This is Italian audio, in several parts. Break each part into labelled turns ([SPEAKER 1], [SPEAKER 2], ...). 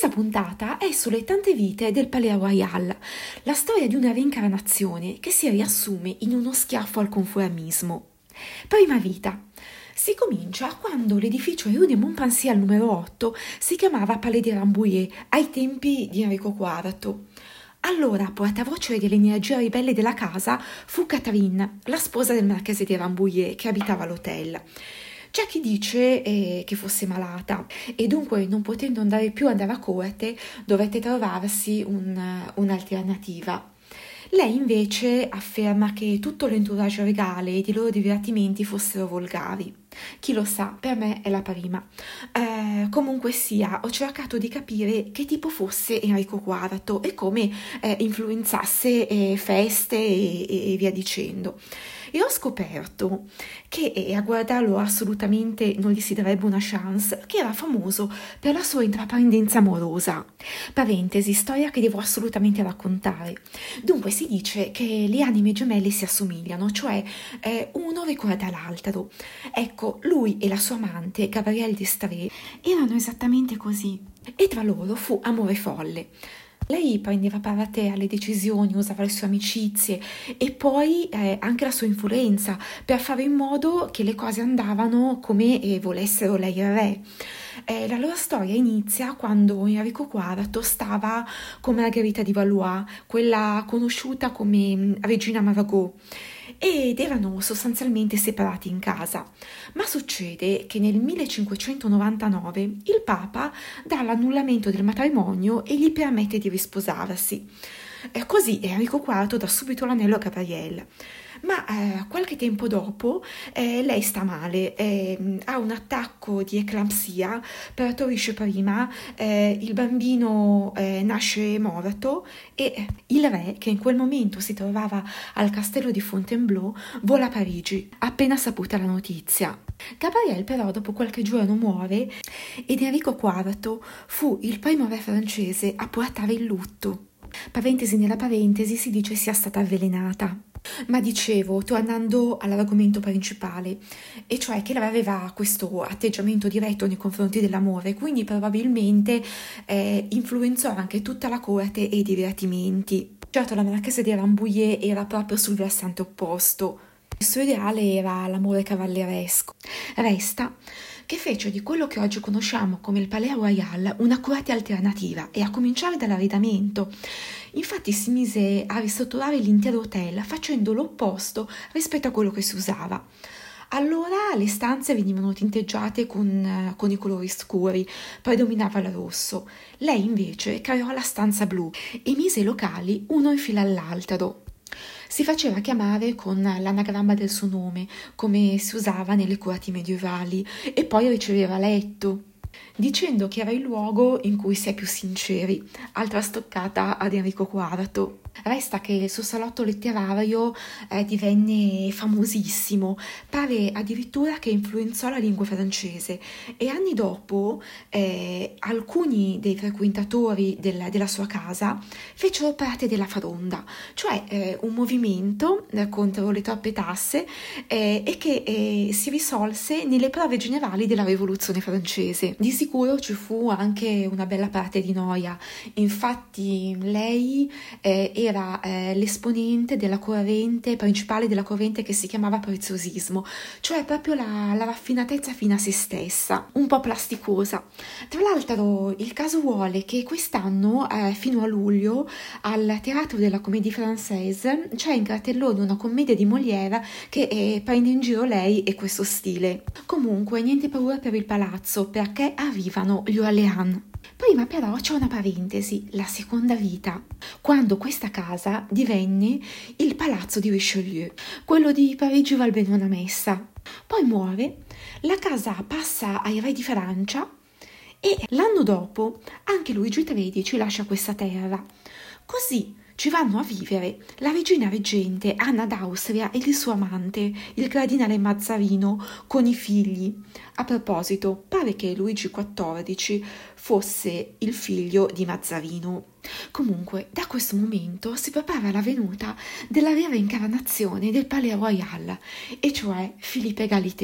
[SPEAKER 1] puntata è sulle tante vite del Palais Royal, la storia di una reincarnazione che si riassume in uno schiaffo al conformismo. Prima vita. Si comincia quando l'edificio Rue de Montpensier al numero 8 si chiamava Palais de Rambouillet ai tempi di Enrico IV. Allora portavoce dell'energia ribelle della casa fu Catherine, la sposa del marchese di Rambouillet che abitava all'hotel. C'è chi dice che fosse malata e dunque non potendo andare più a corte dovette trovarsi un'alternativa. Lei invece afferma che tutto l'entourage regale ed i loro divertimenti fossero volgari. Chi lo sa, per me è la prima. Comunque sia, ho cercato di capire che tipo fosse Enrico IV e come influenzasse feste e via dicendo. E ho scoperto che a guardarlo assolutamente non gli si darebbe una chance, che era famoso per la sua intraprendenza amorosa. Parentesi, storia che devo assolutamente raccontare. Dunque si dice che le anime gemelle si assomigliano, cioè uno ricorda l'altro. Ecco, lui e la sua amante, Gabrielle d'Estrée, erano esattamente così. E tra loro fu amore folle. Lei prendeva parte alle decisioni, usava le sue amicizie e poi anche la sua influenza per fare in modo che le cose andavano come volessero lei e il re. La loro storia inizia quando Enrico IV stava con Margherita di Valois, quella conosciuta come Regina Margot, ed erano sostanzialmente separati in casa. Ma succede che nel 1599 il Papa dà l'annullamento del matrimonio e gli permette di risposarsi. Così Enrico IV dà subito l'anello a Gabrielle. Ma qualche tempo dopo lei sta male, ha un attacco di eclampsia, partorisce prima, il bambino nasce morto e il re, che in quel momento si trovava al castello di Fontainebleau, vola a Parigi, appena saputa la notizia. Gabrielle però dopo qualche giorno muore ed Enrico IV fu il primo re francese a portare il lutto. Parentesi nella parentesi, si dice sia stata avvelenata. Ma dicevo, tornando all'argomento principale, e cioè che lei aveva questo atteggiamento diretto nei confronti dell'amore, quindi probabilmente influenzò anche tutta la corte e i divertimenti. Certo, la marchesa di Rambouillet era proprio sul versante opposto. Il suo ideale era l'amore cavalleresco. Resta che fece di quello che oggi conosciamo come il Palais Royal una corte alternativa e a cominciare dall'arredamento. Infatti si mise a ristrutturare l'intero hotel facendo l'opposto rispetto a quello che si usava. Allora le stanze venivano tinteggiate con i colori scuri, predominava il rosso. Lei invece creò la stanza blu e mise i locali uno in fila all'altro. Si faceva chiamare con l'anagramma del suo nome, come si usava nelle corti medievali, e poi riceveva letto, dicendo che era il luogo in cui si è più sinceri, altra stoccata ad Enrico IV. Resta che il suo salotto letterario divenne famosissimo, pare addirittura che influenzò la lingua francese e anni dopo alcuni dei frequentatori della sua casa fecero parte della Faronda, cioè un movimento contro le troppe tasse e che si risolse nelle prove generali della Rivoluzione francese. Di sicuro ci fu anche una bella parte di noia, infatti lei era l'esponente della corrente principale della corrente che si chiamava preziosismo, cioè proprio la raffinatezza fino a se stessa, un po' plasticosa. Tra l'altro il caso vuole che quest'anno fino a luglio al Teatro della Comédie Française c'è in cartellone una commedia di Molière che prende in giro lei e questo stile. Comunque niente paura per il palazzo perché arrivano gli Orléans. Prima però c'è una parentesi, la seconda vita, quando questa casa divenne il palazzo di Richelieu, quello di Parigi val bene una messa. Poi muore, la casa passa ai re di Francia e l'anno dopo anche Luigi XIII lascia questa terra. Così ci vanno a vivere la regina reggente Anna d'Austria e il suo amante, il cardinale Mazzarino, con i figli. A proposito, pare che Luigi XIV fosse il figlio di Mazzarino. Comunque, da questo momento si prepara la venuta della vera incarnazione del Palais Royal, e cioè Philippe Égalité.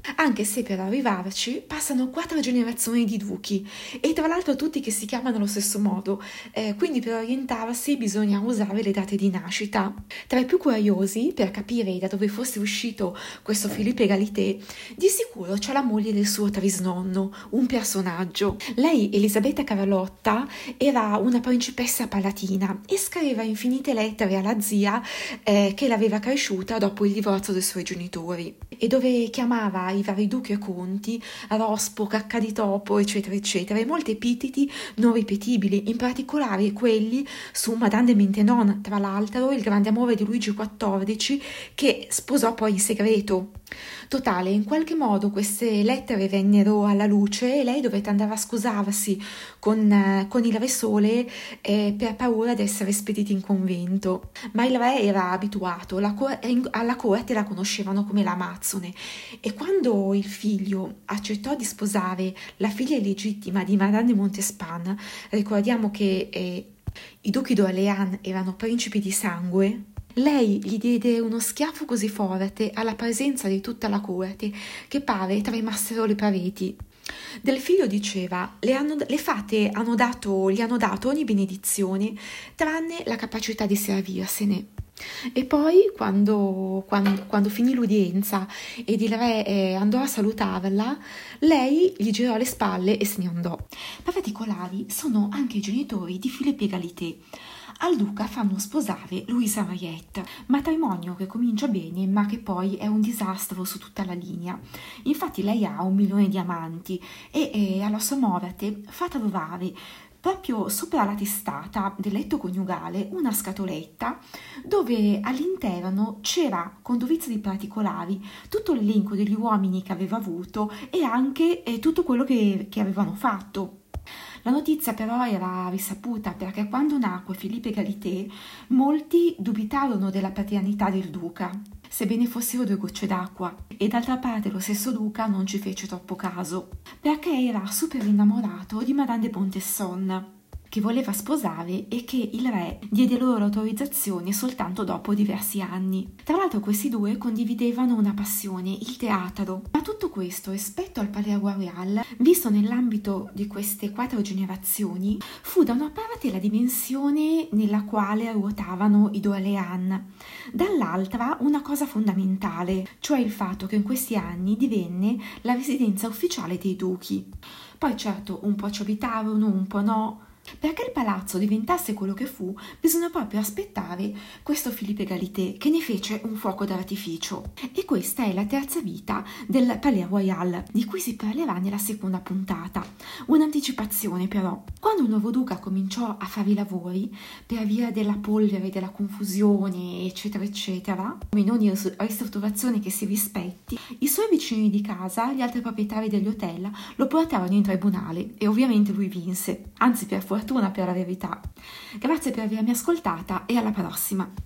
[SPEAKER 1] anche se per arrivarci passano 4 generazioni di duchi e tra l'altro tutti che si chiamano allo stesso modo, quindi per orientarsi bisogna usare le date di nascita. Tra i più curiosi, per capire da dove fosse uscito questo Filippo Galité, di sicuro c'è la moglie del suo trisnonno, un personaggio. Lei, Elisabetta Carlotta, era una principessa palatina e scriveva infinite lettere alla zia che l'aveva cresciuta dopo il divorzio dei suoi genitori, e dove chiamava i vari duchi e conti Rospo, Cacca di Topo, eccetera eccetera, e molti epiteti non ripetibili, in particolare quelli su Madame de Maintenon, tra l'altro il grande amore di Luigi XIV, che sposò poi in segreto. Totale, in qualche modo queste lettere vennero alla luce e lei dovette andare a scusarsi con il Re Sole per paura di essere spediti in convento. Ma il re era abituato, alla corte la conoscevano come l'Amazzone, e quando il figlio accettò di sposare la figlia illegittima di Madame de Montespan, ricordiamo che i duchi d'Orléans erano principi di sangue, lei gli diede uno schiaffo così forte alla presenza di tutta la corte che pare tremassero le pareti. Del figlio diceva: le fate gli hanno dato ogni benedizione tranne la capacità di servirsene. E poi quando finì l'udienza ed il re andò a salutarla, lei gli girò le spalle e se ne andò. Particolari sono anche i genitori di Filippo Galité. Al duca fanno sposare Louisa Mariette, matrimonio che comincia bene ma che poi è un disastro su tutta la linea. Infatti lei ha 1 milione di amanti e alla sua morte fa trovare proprio sopra la testata del letto coniugale una scatoletta dove all'interno c'era, con dovizia di particolari, tutto l'elenco degli uomini che aveva avuto e anche tutto quello che avevano fatto. La notizia però era risaputa perché quando nacque Filippo Galité molti dubitarono della paternità del duca, sebbene fossero 2 gocce d'acqua, e d'altra parte lo stesso duca non ci fece troppo caso, perché era super innamorato di Madame de Montesson, che voleva sposare e che il re diede loro l'autorizzazione soltanto dopo diversi anni. Tra l'altro questi due condividevano una passione, il teatro. Ma tutto questo rispetto al Palais Royal, visto nell'ambito di queste 4 generazioni, fu da una parte la dimensione nella quale ruotavano i d'Orléans, dall'altra una cosa fondamentale, cioè il fatto che in questi anni divenne la residenza ufficiale dei duchi. Poi certo un po' ci abitavano, un po' no. Perché il palazzo diventasse quello che fu, bisogna proprio aspettare questo Filippo Galité che ne fece un fuoco d'artificio. E questa è la terza vita del Palais Royal, di cui si parlerà nella seconda puntata. Un'anticipazione però. Quando il nuovo duca cominciò a fare i lavori, per via della polvere, della confusione, eccetera, eccetera, in ogni ristrutturazione che si rispetti, i suoi vicini di casa, gli altri proprietari degli hotel, lo portarono in tribunale e ovviamente lui vinse, anzi per fortuna, per la verità. Grazie per avermi ascoltata e alla prossima!